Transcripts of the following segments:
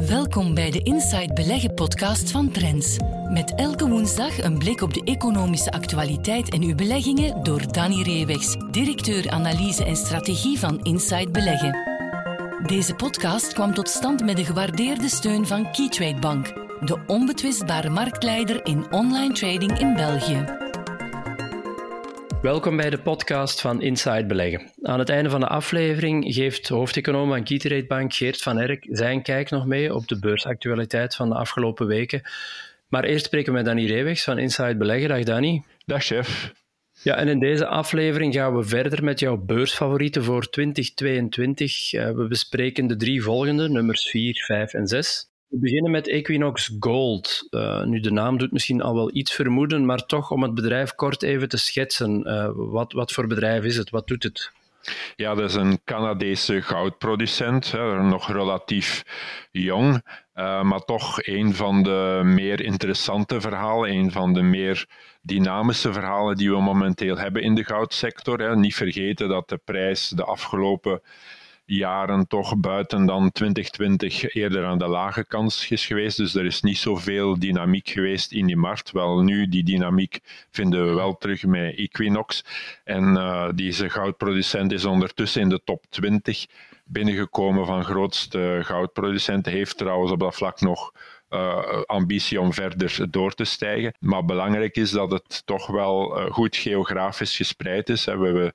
Welkom bij de Inside Beleggen podcast van Trends. Met elke woensdag een blik op de economische actualiteit en uw beleggingen door Danny Reewegs, directeur analyse en strategie van Inside Beleggen. Deze podcast kwam tot stand met de gewaardeerde steun van Keytrade Bank, de onbetwistbare marktleider in online trading in België. Welkom bij de podcast van Inside Beleggen. Aan het einde van de aflevering geeft hoofdeconoom van Keytrade Bank Geert van Erck zijn kijk nog mee op de beursactualiteit van de afgelopen weken. Maar eerst spreken we met Danny Reewegs van Inside Beleggen. Dag Danny. Dag chef. Ja, en in deze aflevering gaan we verder met jouw beursfavorieten voor 2022. We bespreken de 3 volgende, nummers 4, 5 en 6. We beginnen met Equinox Gold. Nu, de naam doet misschien al wel iets vermoeden, maar toch om het bedrijf kort even te schetsen. Wat voor bedrijf is het? Wat doet het? Ja, dat is een Canadese goudproducent, nog relatief jong, maar toch een van de meer interessante verhalen, een van de meer dynamische verhalen die we momenteel hebben in de goudsector. Niet vergeten dat de prijs de afgelopen jaren toch buiten dan 2020 eerder aan de lage kant is geweest. Dus er is niet zoveel dynamiek geweest in die markt. Wel nu, die dynamiek vinden we wel terug met Equinox. En deze goudproducent is ondertussen in de top 20 binnengekomen van grootste goudproducenten. Heeft trouwens op dat vlak nog ambitie om verder door te stijgen. Maar belangrijk is dat het toch wel goed geografisch gespreid is. We hebben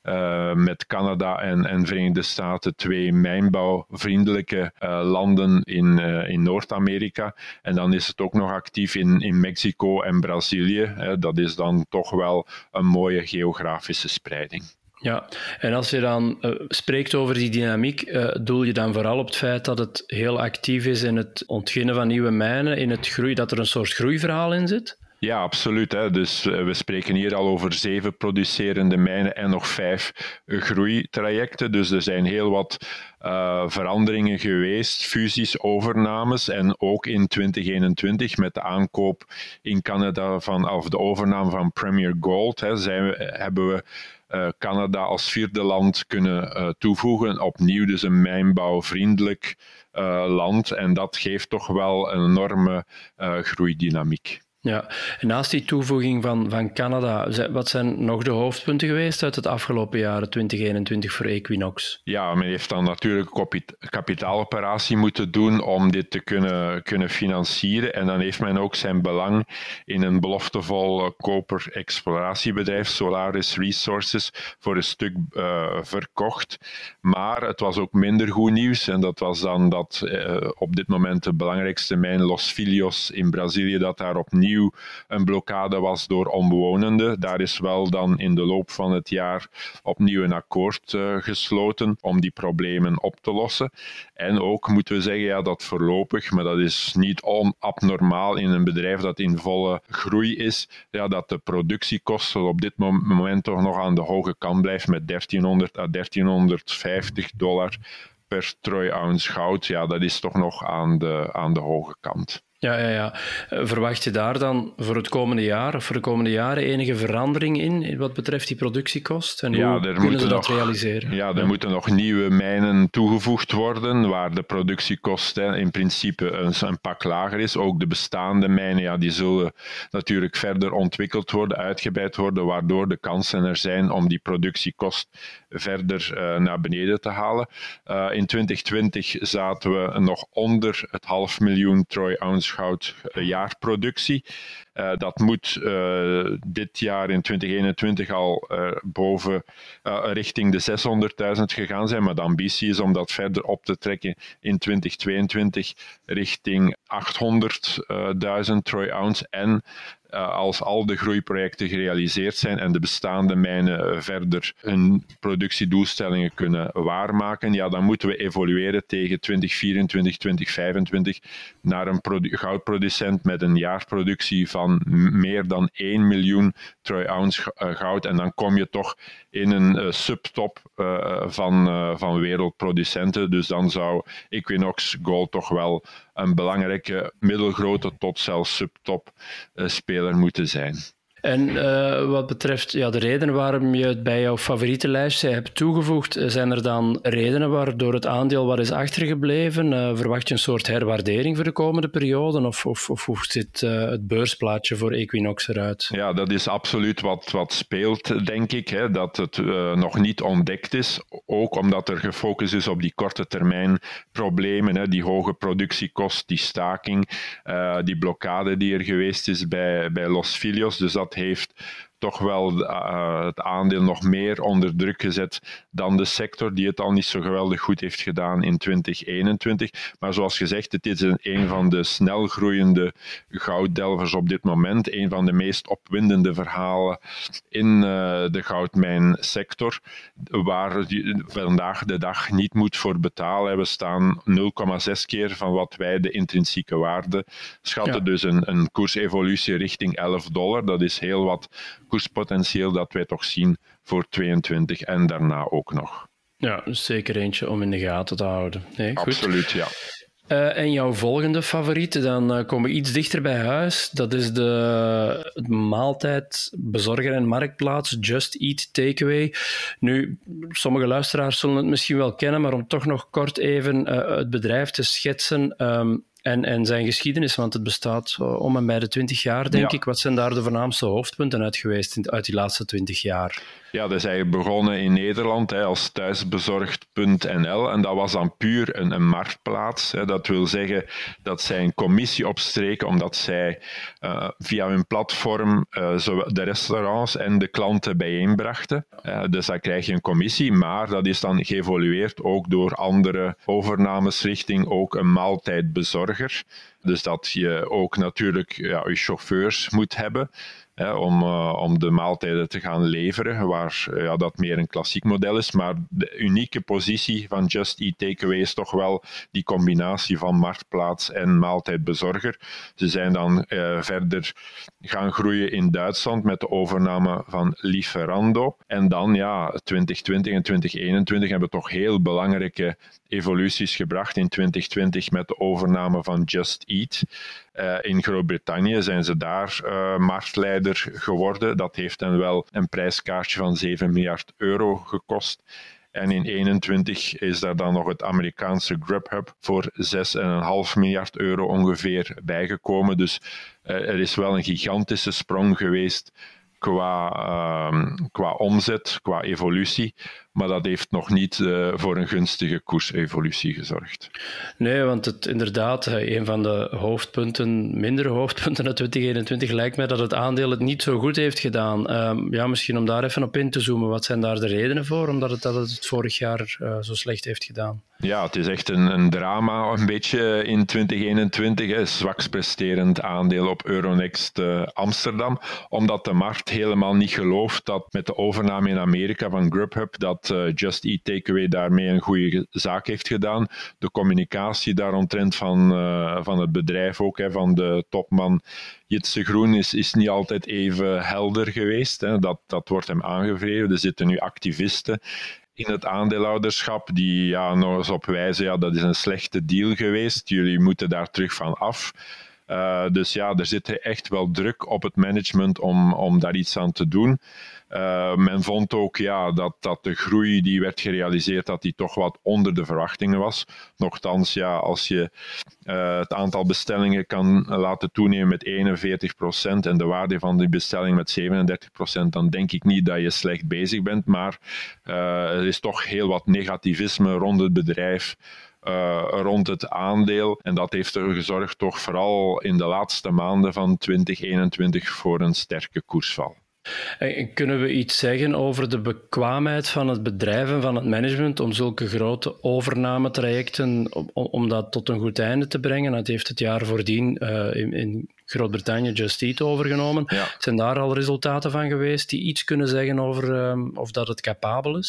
met Canada en Verenigde Staten 2 mijnbouwvriendelijke landen in Noord-Amerika. En dan is het ook nog actief in Mexico en Brazilië. Dat is dan toch wel een mooie geografische spreiding. Ja, en als je dan spreekt over die dynamiek, doel je dan vooral op het feit dat het heel actief is in het ontginnen van nieuwe mijnen, in het dat er een soort groeiverhaal in zit? Ja, absoluut. Dus we spreken hier al over 7 producerende mijnen en nog 5 groeitrajecten. Dus er zijn heel wat veranderingen geweest, fusies, overnames. En ook in 2021 met de aankoop in Canada of de overname van Premier Gold hebben we Canada als 4e land kunnen toevoegen. Opnieuw dus een mijnbouwvriendelijk land. En dat geeft toch wel een enorme groeidynamiek. Ja, en naast die toevoeging van Canada, wat zijn nog de hoofdpunten geweest uit het afgelopen jaar 2021 voor Equinox? Ja, men heeft dan natuurlijk een kapitaaloperatie moeten doen om dit te kunnen financieren. En dan heeft men ook zijn belang in een beloftevol koper-exploratiebedrijf, Solaris Resources, voor een stuk verkocht. Maar het was ook minder goed nieuws. En dat was dan dat op dit moment de belangrijkste mijn, Los Filhos in Brazilië, dat daar opnieuw een blokkade was door omwonenden. Daar is wel dan in de loop van het jaar opnieuw een akkoord gesloten om die problemen op te lossen. En ook moeten we zeggen dat voorlopig, maar dat is niet abnormaal in een bedrijf dat in volle groei is, dat de productiekosten op dit moment toch nog aan de hoge kant blijft met $1,300 à $1,350 per troy ounce goud. Ja, dat is toch nog aan de hoge kant. Ja. Verwacht je daar dan voor het komende jaar of voor de komende jaren enige verandering in wat betreft die productiekost? En hoe kunnen ze dat realiseren? Ja, er moeten nog nieuwe mijnen toegevoegd worden, waar de productiekost in principe een pak lager is. Ook de bestaande mijnen, die zullen natuurlijk verder ontwikkeld worden, uitgebreid worden, waardoor de kansen er zijn om die productiekost verder naar beneden te halen. In 2020 zaten we nog onder het 500.000 troy ounce goud jaarproductie. Dat moet dit jaar in 2021 al boven richting de 600.000 gegaan zijn, maar de ambitie is om dat verder op te trekken in 2022 richting 800.000 troy ounce. En als al de groeiprojecten gerealiseerd zijn en de bestaande mijnen verder hun productiedoelstellingen kunnen waarmaken, dan moeten we evolueren tegen 2024, 2025 naar een goudproducent met een jaarproductie van meer dan 1 miljoen troy ounce goud. En dan kom je toch in een subtop van wereldproducenten. Dus dan zou Equinox Gold toch wel een belangrijke middelgrote tot zelfs subtop speler moeten zijn. En wat betreft de redenen waarom je het bij jouw favoriete lijstje hebt toegevoegd, zijn er dan redenen waardoor het aandeel wat is achtergebleven? Verwacht je een soort herwaardering voor de komende periode? Of hoe ziet het beursplaatje voor Equinox eruit? Ja, dat is absoluut wat speelt, denk ik. Hè, dat het nog niet ontdekt is. Ook omdat er gefocust is op die korte termijn problemen. Hè, die hoge productiekost, die staking, die blokkade die er geweest is bij Los Filios. Dus dat heeft toch wel het aandeel nog meer onder druk gezet dan de sector, die het al niet zo geweldig goed heeft gedaan in 2021. Maar zoals gezegd, het is een van de snel groeiende gouddelvers op dit moment. Een van de meest opwindende verhalen in de goudmijnsector, waar je vandaag de dag niet moet voor betalen. We staan 0,6 keer van wat wij de intrinsieke waarde schatten. Ja. Dus een koersevolutie richting $11. Dat is heel wat koerspotentieel dat wij toch zien voor 22 en daarna ook nog. Ja, dus zeker eentje om in de gaten te houden. Nee, goed. Absoluut, ja. En jouw volgende favoriet, dan komen we iets dichter bij huis. Dat is de maaltijdbezorger en marktplaats Just Eat Takeaway. Nu, sommige luisteraars zullen het misschien wel kennen, maar om toch nog kort even het bedrijf te schetsen en zijn geschiedenis, want het bestaat om en bij de 20 jaar, denk ik. Wat zijn daar de voornaamste hoofdpunten uit geweest uit die laatste 20 jaar? Ja, dat is eigenlijk begonnen in Nederland als thuisbezorgd.nl en dat was dan puur een marktplaats. Dat wil zeggen dat zij een commissie opstreken omdat zij via hun platform de restaurants en de klanten bijeenbrachten. Dus daar krijg je een commissie, maar dat is dan geëvolueerd ook door andere overnames richting ook een maaltijdbezorger. Dus dat je ook natuurlijk je chauffeurs moet hebben. Om de maaltijden te gaan leveren, waar dat meer een klassiek model is. Maar de unieke positie van Just Eat Takeaway is toch wel die combinatie van marktplaats en maaltijdbezorger. Ze zijn dan verder gaan groeien in Duitsland met de overname van Lieferando. En dan 2020 en 2021 hebben toch heel belangrijke evoluties gebracht. In 2020 met de overname van Just Eat. In Groot-Brittannië zijn ze daar marktleider geworden. Dat heeft hen wel een prijskaartje van €7 miljard gekost. En in 2021 is daar dan nog het Amerikaanse Grubhub voor €6,5 miljard ongeveer bijgekomen. Dus er is wel een gigantische sprong geweest qua omzet, qua evolutie. Maar dat heeft nog niet voor een gunstige koersevolutie gezorgd. Nee, want inderdaad, een van de mindere hoofdpunten uit 2021 lijkt mij dat het aandeel het niet zo goed heeft gedaan. Misschien om daar even op in te zoomen. Wat zijn daar de redenen voor, omdat het vorig jaar zo slecht heeft gedaan? Ja, het is echt een drama een beetje in 2021. Zwakst presterend aandeel op Euronext Amsterdam. Omdat de markt helemaal niet gelooft dat met de overname in Amerika van Grubhub dat Just Eat Takeaway daarmee een goede zaak heeft gedaan. De communicatie daaromtrent van het bedrijf ook, van de topman Jitse Groen is niet altijd even helder geweest. Dat wordt hem aangevreven. Er zitten nu activisten in het aandeelhouderschap die nog eens op wijzen, dat is een slechte deal geweest. Jullie moeten daar terug van af. Dus er zit echt wel druk op het management om daar iets aan te doen. Men vond ook dat de groei die werd gerealiseerd, dat die toch wat onder de verwachtingen was. Nochtans, als je het aantal bestellingen kan laten toenemen met 41% en de waarde van die bestelling met 37%, dan denk ik niet dat je slecht bezig bent. Maar er is toch heel wat negativisme rond het bedrijf. Rond het aandeel. En dat heeft er gezorgd toch vooral in de laatste maanden van 2021 voor een sterke koersval. En kunnen we iets zeggen over de bekwaamheid van het bedrijf en van het management om zulke grote overnametrajecten, om dat tot een goed einde te brengen? Het heeft het jaar voordien in Groot-Brittannië Just Eat overgenomen. Ja. Zijn daar al resultaten van geweest die iets kunnen zeggen over of dat het capabel is?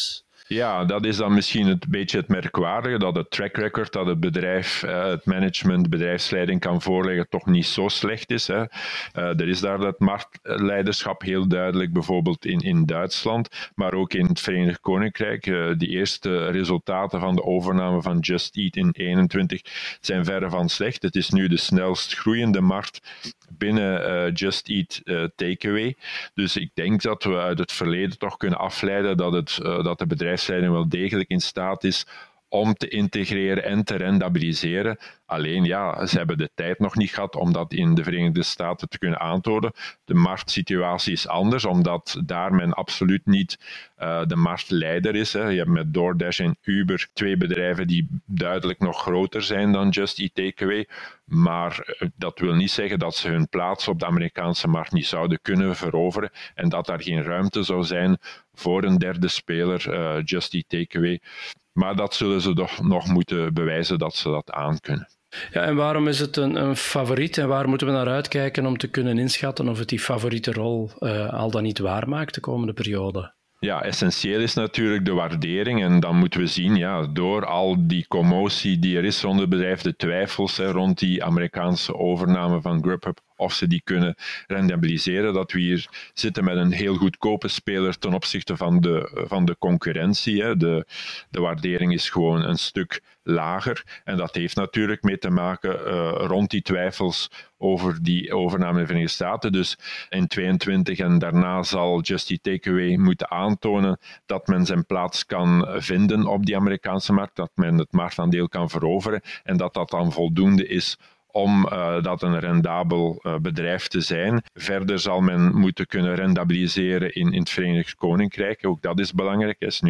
Ja, dat is dan misschien een beetje het merkwaardige, dat het track record dat het bedrijf, het management, bedrijfsleiding kan voorleggen toch niet zo slecht is. Hè. Er is daar dat marktleiderschap heel duidelijk, bijvoorbeeld in Duitsland, maar ook in het Verenigd Koninkrijk. Die eerste resultaten van de overname van Just Eat in 2021 zijn verre van slecht. Het is nu de snelst groeiende markt binnen Just Eat Takeaway. Dus ik denk dat we uit het verleden toch kunnen afleiden dat de bedrijfsleiding wel degelijk in staat is om te integreren en te rendabiliseren. Alleen ja, ze hebben de tijd nog niet gehad om dat in de Verenigde Staten te kunnen aantonen. De marktsituatie is anders, omdat daar men absoluut niet de marktleider is. Hè. Je hebt met DoorDash en Uber 2 bedrijven die duidelijk nog groter zijn dan Just Eat Takeaway. Maar dat wil niet zeggen dat ze hun plaats op de Amerikaanse markt niet zouden kunnen veroveren en dat daar geen ruimte zou zijn voor een derde speler, Just Eat Takeaway. Maar dat zullen ze toch nog moeten bewijzen dat ze dat aankunnen. Ja, en waarom is het een favoriet en waar moeten we naar uitkijken om te kunnen inschatten of het die favoriete rol al dan niet waarmaakt de komende periode? Ja, essentieel is natuurlijk de waardering en dan moeten we zien, ja, door al die commotie die er is rond het bedrijf, de twijfels rond die Amerikaanse overname van Grubhub, of ze die kunnen rendabiliseren, dat we hier zitten met een heel goedkope speler ten opzichte van de concurrentie. Hè. De waardering is gewoon een stuk lager en dat heeft natuurlijk mee te maken rond die twijfels over die overname in de Verenigde Staten. Dus in 2022 en daarna zal Just Eat Takeaway moeten aantonen dat men zijn plaats kan vinden op die Amerikaanse markt, dat men het marktaandeel kan veroveren en dat dat dan voldoende is om dat een rendabel bedrijf te zijn. Verder zal men moeten kunnen rendabiliseren in het Verenigd Koninkrijk. Ook dat is belangrijk. Het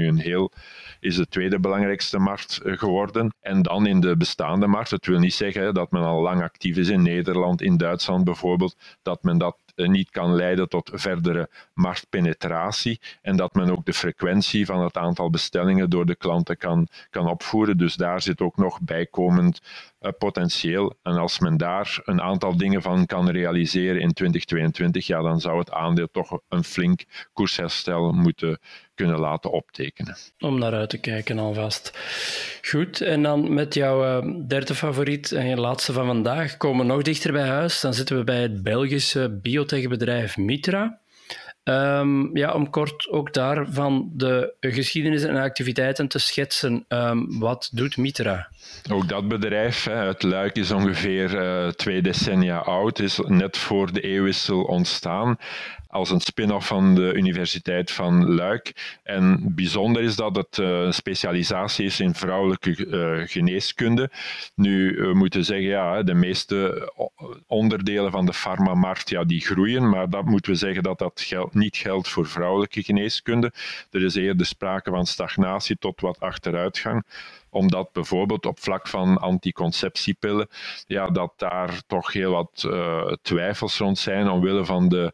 is de tweede belangrijkste markt geworden. En dan in de bestaande markt. Het wil niet zeggen dat men al lang actief is in Nederland, in Duitsland bijvoorbeeld, dat men dat niet kan leiden tot verdere marktpenetratie en dat men ook de frequentie van het aantal bestellingen door de klanten kan opvoeren. Dus daar zit ook nog bijkomend potentieel. En als men daar een aantal dingen van kan realiseren in 2022, ja, dan zou het aandeel toch een flink koersherstel moeten kunnen laten optekenen. Om naar uit te kijken alvast. Goed, en dan met jouw derde favoriet en je laatste van vandaag komen we nog dichter bij huis. Dan zitten we bij het Belgische biotechbedrijf Mithra. Om kort ook daarvan de geschiedenis en activiteiten te schetsen. Wat doet Mithra? Ook dat bedrijf uit Luik is ongeveer 2 decennia oud, is net voor de eeuwwissel ontstaan als een spin-off van de Universiteit van Luik. En bijzonder is dat het een specialisatie is in vrouwelijke geneeskunde. Nu, we moeten zeggen, ja, de meeste onderdelen van de farmamarkt, ja, die groeien, maar dat moeten we zeggen dat niet geldt voor vrouwelijke geneeskunde. Er is eerder sprake van stagnatie tot wat achteruitgang, omdat bijvoorbeeld op vlak van anticonceptiepillen, ja, dat daar toch heel wat twijfels rond zijn omwille van de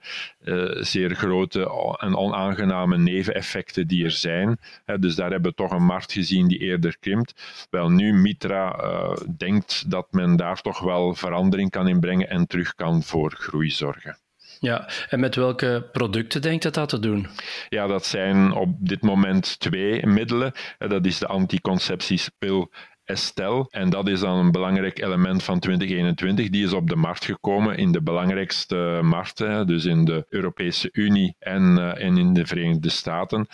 zeer grote en onaangename neveneffecten die er zijn. Dus daar hebben we toch een markt gezien die eerder krimpt. Wel nu, Mithra denkt dat men daar toch wel verandering kan inbrengen en terug kan voor groei zorgen. Ja, en met welke producten denkt het dat te doen? Ja, dat zijn op dit moment 2 middelen. Dat is de anticonceptiepil Estelle. En dat is dan een belangrijk element van 2021. Die is op de markt gekomen in de belangrijkste markten, dus in de Europese Unie en in de Verenigde Staten.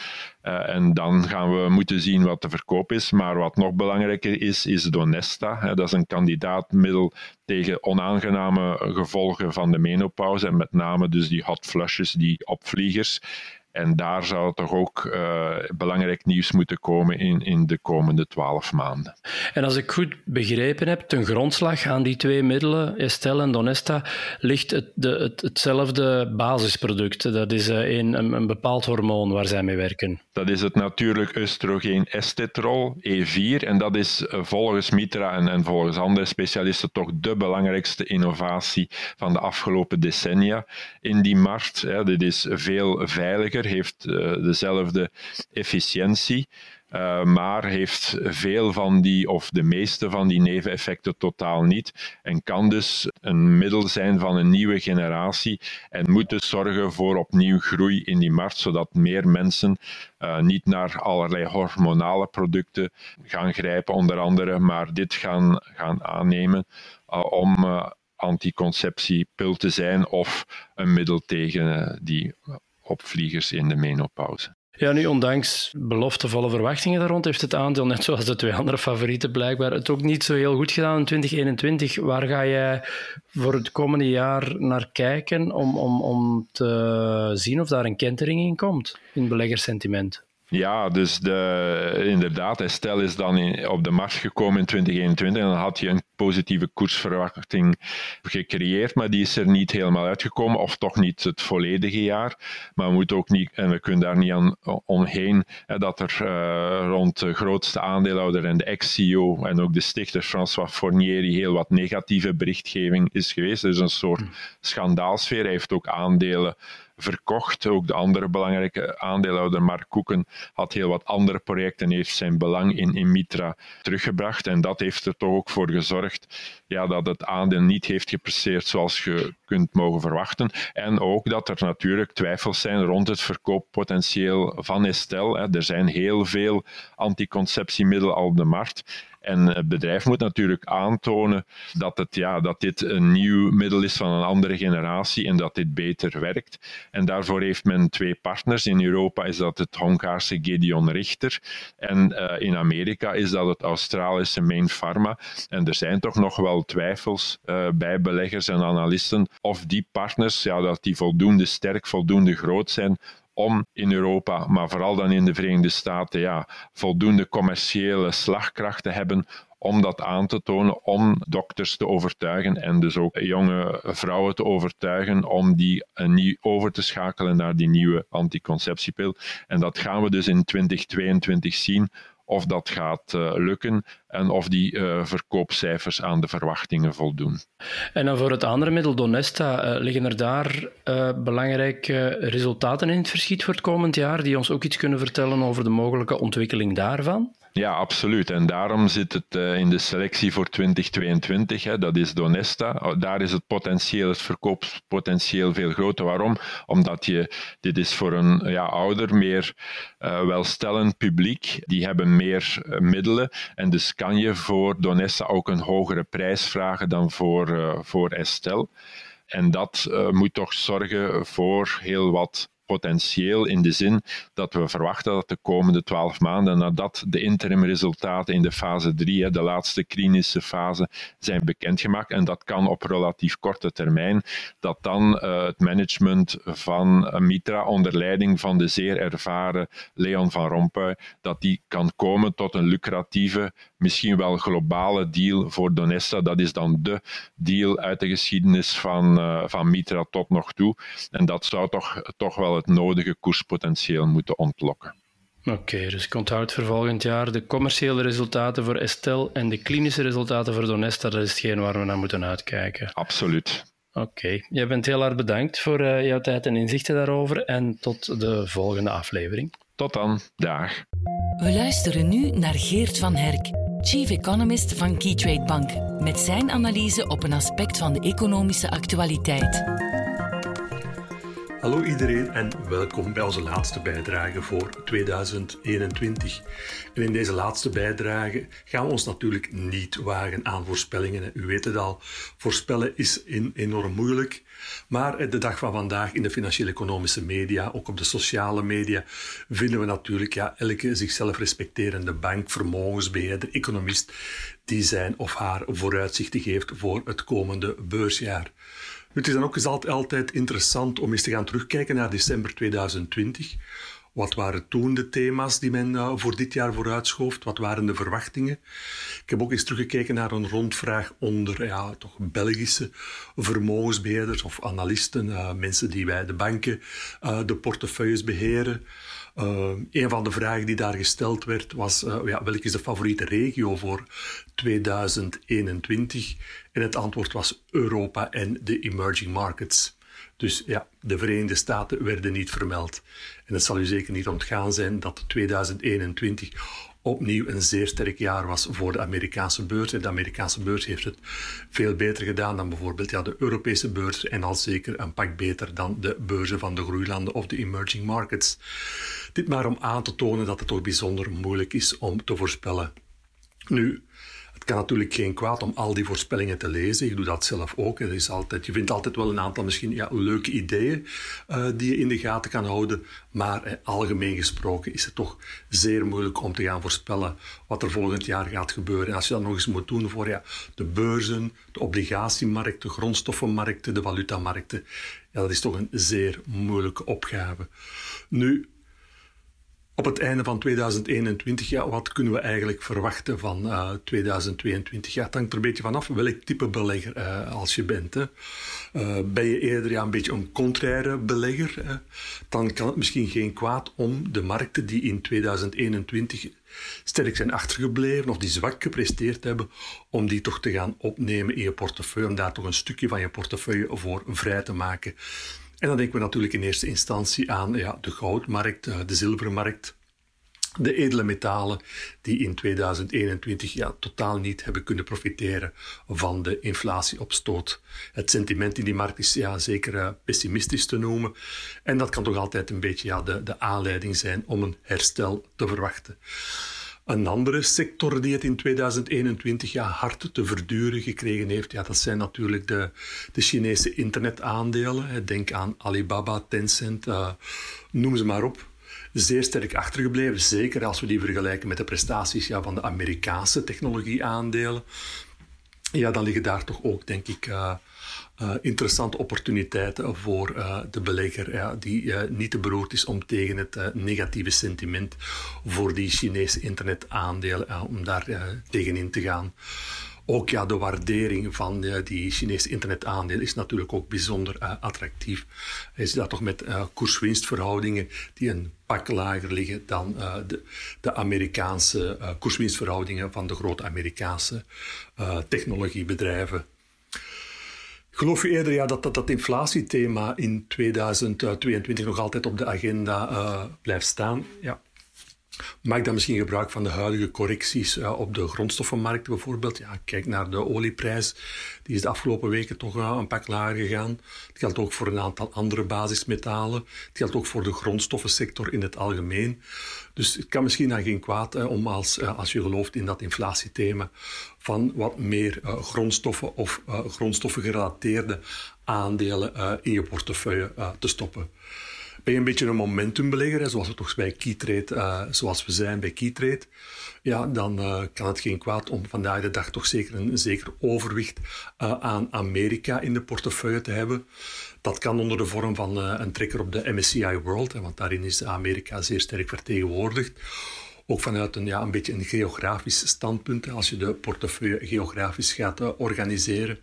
En dan gaan we moeten zien wat de verkoop is. Maar wat nog belangrijker is Donesta. Dat is een kandidaatmiddel tegen onaangename gevolgen van de menopauze. En met name dus die hot flushes, die opvliegers. En daar zou toch ook belangrijk nieuws moeten komen in de komende 12 maanden. En als ik goed begrepen heb, ten grondslag aan die 2 middelen, Estelle en Donesta, ligt hetzelfde basisproduct. Dat is een bepaald hormoon waar zij mee werken. Dat is het natuurlijk oestrogeen estetrol, E4. En dat is volgens Mithra en volgens andere specialisten toch de belangrijkste innovatie van de afgelopen decennia in die markt. Dit is veel veiliger, heeft dezelfde efficiëntie. maar heeft veel van die, of de meeste van die neveneffecten totaal niet. En kan dus een middel zijn van een nieuwe generatie en moet dus zorgen voor opnieuw groei in die markt, zodat meer mensen niet naar allerlei hormonale producten gaan grijpen, onder andere, maar dit gaan aannemen om anticonceptiepil te zijn of een middel tegen die opvliegers in de menopauze. Ja, nu ondanks beloftevolle verwachtingen daar rond heeft het aandeel, net zoals de twee andere favorieten blijkbaar, het ook niet zo heel goed gedaan in 2021. Waar ga jij voor het komende jaar naar kijken om te zien of daar een kentering in komt in beleggerssentiment? Ja, dus inderdaad, Estelle is dan op de markt gekomen in 2021 en dan had je een positieve koersverwachting gecreëerd, maar die is er niet helemaal uitgekomen, of toch niet het volledige jaar. Maar we moeten ook niet, en we kunnen daar niet omheen, dat er rond de grootste aandeelhouder en de ex-CEO en ook de stichter François Fornieri heel wat negatieve berichtgeving is geweest. Er is een soort schandaalsfeer. Hij heeft ook aandelen verkocht. Ook de andere belangrijke aandeelhouder, Mark Koeken, had heel wat andere projecten en heeft zijn belang in Mitra teruggebracht. En dat heeft er toch ook voor gezorgd dat het aandeel niet heeft gepresteerd zoals je kunt mogen verwachten. En ook dat er natuurlijk twijfels zijn rond het verkooppotentieel van Estelle. Er zijn heel veel anticonceptiemiddelen al op de markt. En het bedrijf moet natuurlijk aantonen dat dit een nieuw middel is van een andere generatie en dat dit beter werkt. En daarvoor heeft men twee partners. In Europa is dat het Hongaarse Gedeon Richter en in Amerika is dat het Australische Mayne Pharma. En er zijn toch nog wel twijfels bij beleggers en analisten of die partners, dat die voldoende sterk, voldoende groot zijn om in Europa, maar vooral dan in de Verenigde Staten, voldoende commerciële slagkracht te hebben om dat aan te tonen, om dokters te overtuigen en dus ook jonge vrouwen te overtuigen om die niet over te schakelen naar die nieuwe anticonceptiepil. En dat gaan we dus in 2022 zien, of dat gaat lukken en of die verkoopcijfers aan de verwachtingen voldoen. En dan voor het andere middel, Donesta, liggen er daar belangrijke resultaten in het verschiet voor het komend jaar die ons ook iets kunnen vertellen over de mogelijke ontwikkeling daarvan? Ja, absoluut. En daarom zit het in de selectie voor 2022. Dat is Donesta. Daar is het verkoopspotentieel veel groter. Waarom? Omdat dit is voor een ouder, meer welstellend publiek. Die hebben meer middelen. En dus kan je voor Donesta ook een hogere prijs vragen dan voor Estelle. En dat moet toch zorgen voor heel wat potentieel in de zin dat we verwachten dat de komende 12 maanden nadat de interimresultaten in de fase 3, de laatste klinische fase, zijn bekendgemaakt, en dat kan op relatief korte termijn, dat dan het management van Mitra onder leiding van de zeer ervaren Leon van Rompuy, dat die kan komen tot een lucratieve, misschien wel globale deal voor Donesta. Dat is dan de deal uit de geschiedenis van Mitra tot nog toe. En dat zou toch wel het nodige koerspotentieel moeten ontlokken. Oké, dus ik onthoud voor volgend jaar de commerciële resultaten voor Estelle en de klinische resultaten voor Donesta. Dat is hetgeen waar we naar moeten uitkijken. Absoluut. Oké, jij bent heel hard bedankt voor jouw tijd en inzichten daarover en tot de volgende aflevering. Tot dan. Dag. We luisteren nu naar Geert van Herk, Chief Economist van Keytrade Bank, met zijn analyse op een aspect van de economische actualiteit. Hallo iedereen en welkom bij onze laatste bijdrage voor 2021. En in deze laatste bijdrage gaan we ons natuurlijk niet wagen aan voorspellingen. U weet het al, voorspellen is enorm moeilijk. Maar de dag van vandaag in de financieel-economische media, ook op de sociale media, vinden we natuurlijk elke zichzelf respecterende bank, vermogensbeheerder, economist die zijn of haar vooruitzichten geeft voor het komende beursjaar. Het is dan ook altijd interessant om eens te gaan terugkijken naar december 2020. Wat waren toen de thema's die men voor dit jaar vooruitschoof? Wat waren de verwachtingen? Ik heb ook eens teruggekeken naar een rondvraag onder toch Belgische vermogensbeheerders of analisten, mensen die bij de banken de portefeuilles beheren. Een van de vragen die daar gesteld werd was, welke is de favoriete regio voor 2021? En het antwoord was Europa en de emerging markets. Dus ja, de Verenigde Staten werden niet vermeld. En het zal u zeker niet ontgaan zijn dat 2021 opnieuw een zeer sterk jaar was voor de Amerikaanse beurs. En de Amerikaanse beurs heeft het veel beter gedaan dan bijvoorbeeld de Europese beurs en al zeker een pak beter dan de beurzen van de groeilanden of de emerging markets. Dit maar om aan te tonen dat het toch bijzonder moeilijk is om te voorspellen. Nu, het kan natuurlijk geen kwaad om al die voorspellingen te lezen. Ik doe dat zelf ook. Je vindt altijd wel een aantal misschien leuke ideeën die je in de gaten kan houden. Maar algemeen gesproken is het toch zeer moeilijk om te gaan voorspellen wat er volgend jaar gaat gebeuren. En als je dat nog eens moet doen voor de beurzen, de obligatiemarkt, de grondstoffenmarkten, de valutamarkten. Ja, dat is toch een zeer moeilijke opgave. Nu, op het einde van 2021, wat kunnen we eigenlijk verwachten van 2022? Ja, het hangt er een beetje vanaf welk type belegger als je bent. Hè. Ben je eerder een beetje een contraire belegger, dan kan het misschien geen kwaad om de markten die in 2021 sterk zijn achtergebleven of die zwak gepresteerd hebben, om die toch te gaan opnemen in je portefeuille, om daar toch een stukje van je portefeuille voor vrij te maken. En dan denken we natuurlijk in eerste instantie aan de goudmarkt, de zilvermarkt, de edele metalen die in 2021 totaal niet hebben kunnen profiteren van de inflatieopstoot. Het sentiment in die markt is zeker pessimistisch te noemen. En dat kan toch altijd een beetje de aanleiding zijn om een herstel te verwachten. Een andere sector die het in 2021 hard te verduren gekregen heeft, dat zijn natuurlijk de Chinese internetaandelen. Denk aan Alibaba, Tencent, noem ze maar op. Zeer sterk achtergebleven, zeker als we die vergelijken met de prestaties van de Amerikaanse technologieaandelen. Ja, dan liggen daar toch ook, denk ik, interessante opportuniteiten voor de belegger die niet te beroerd is om tegen het negatieve sentiment voor die Chinese internetaandelen, om daar tegenin te gaan. Ook de waardering van die Chinese internetaandelen is natuurlijk ook bijzonder attractief. Je ziet dat toch met koers-winstverhoudingen die een pak lager liggen dan de Amerikaanse koers-winstverhoudingen van de grote Amerikaanse technologiebedrijven. Geloof je eerder dat inflatiethema in 2022 nog altijd op de agenda blijft staan? Ja. Maak dan misschien gebruik van de huidige correcties op de grondstoffenmarkten bijvoorbeeld. Kijk naar de olieprijs. Die is de afgelopen weken toch een pak lager gegaan. Het geldt ook voor een aantal andere basismetalen. Het geldt ook voor de grondstoffensector in het algemeen. Dus het kan misschien dan geen kwaad om als je gelooft in dat inflatiethema van wat meer grondstoffen of grondstoffengerelateerde aandelen in je portefeuille te stoppen. Ben je een beetje een momentumbelegger, zoals we toch bij Keytrade, zoals we zijn bij Keytrade, dan kan het geen kwaad om vandaag de dag toch zeker een zeker overwicht aan Amerika in de portefeuille te hebben. Dat kan onder de vorm van een trekker op de MSCI World, want daarin is Amerika zeer sterk vertegenwoordigd. Ook vanuit een beetje een geografisch standpunt, als je de portefeuille geografisch gaat organiseren.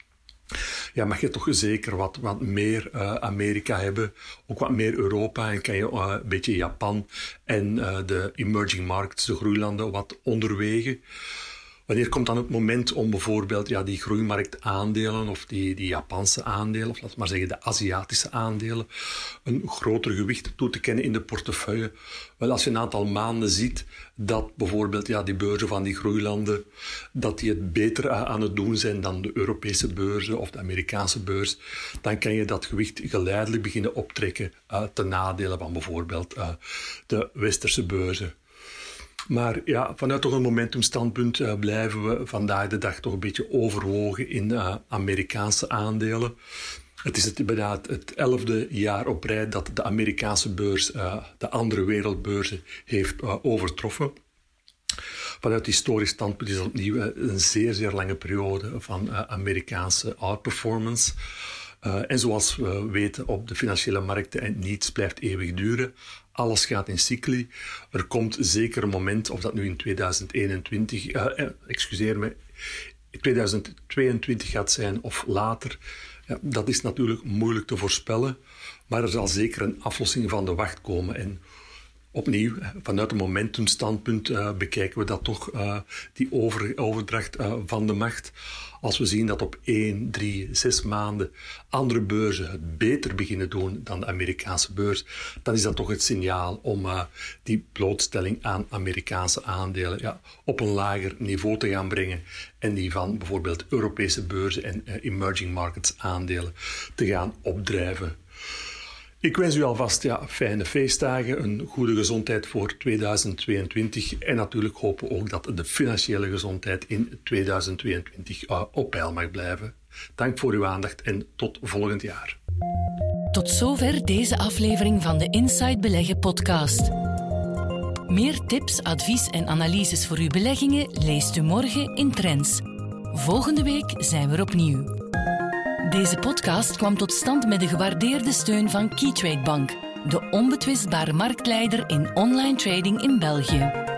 Mag je toch zeker wat meer Amerika hebben, ook wat meer Europa en kan je een beetje Japan en de emerging markets, de groeilanden, wat onderwegen. Wanneer komt dan het moment om bijvoorbeeld die groeimarktaandelen of die Japanse aandelen, of laat maar zeggen de Aziatische aandelen, een groter gewicht toe te kennen in de portefeuille? Wel, als je een aantal maanden ziet dat bijvoorbeeld die beurzen van die groeilanden, dat die het beter aan het doen zijn dan de Europese beurzen of de Amerikaanse beurs, dan kan je dat gewicht geleidelijk beginnen optrekken ten nadele van bijvoorbeeld de westerse beurzen. Maar vanuit toch een momentumstandpunt blijven we vandaag de dag toch een beetje overwogen in Amerikaanse aandelen. Het is bijna het 11e jaar op rij dat de Amerikaanse beurs de andere wereldbeurzen heeft overtroffen. Vanuit historisch standpunt is dat opnieuw een zeer, zeer lange periode van Amerikaanse outperformance. En zoals we weten op de financiële markten, en niets blijft eeuwig duren. Alles gaat in cycli. Er komt zeker een moment, of dat nu in 2022 gaat zijn of later. Dat is natuurlijk moeilijk te voorspellen. Maar er zal zeker een aflossing van de wacht komen. En Opnieuw, vanuit een momentumstandpunt bekijken we dat toch, die overdracht van de macht. Als we zien dat op 1, 3, 6 maanden andere beurzen het beter beginnen doen dan de Amerikaanse beurs, dan is dat toch het signaal om die blootstelling aan Amerikaanse aandelen op een lager niveau te gaan brengen en die van bijvoorbeeld Europese beurzen en emerging markets aandelen te gaan opdrijven. Ik wens u alvast fijne feestdagen, een goede gezondheid voor 2022 en natuurlijk hopen we ook dat de financiële gezondheid in 2022 op peil mag blijven. Dank voor uw aandacht en tot volgend jaar. Tot zover deze aflevering van de Inside Beleggen podcast. Meer tips, advies en analyses voor uw beleggingen leest u morgen in Trends. Volgende week zijn we er opnieuw. Deze podcast kwam tot stand met de gewaardeerde steun van Keytrade Bank, de onbetwistbare marktleider in online trading in België.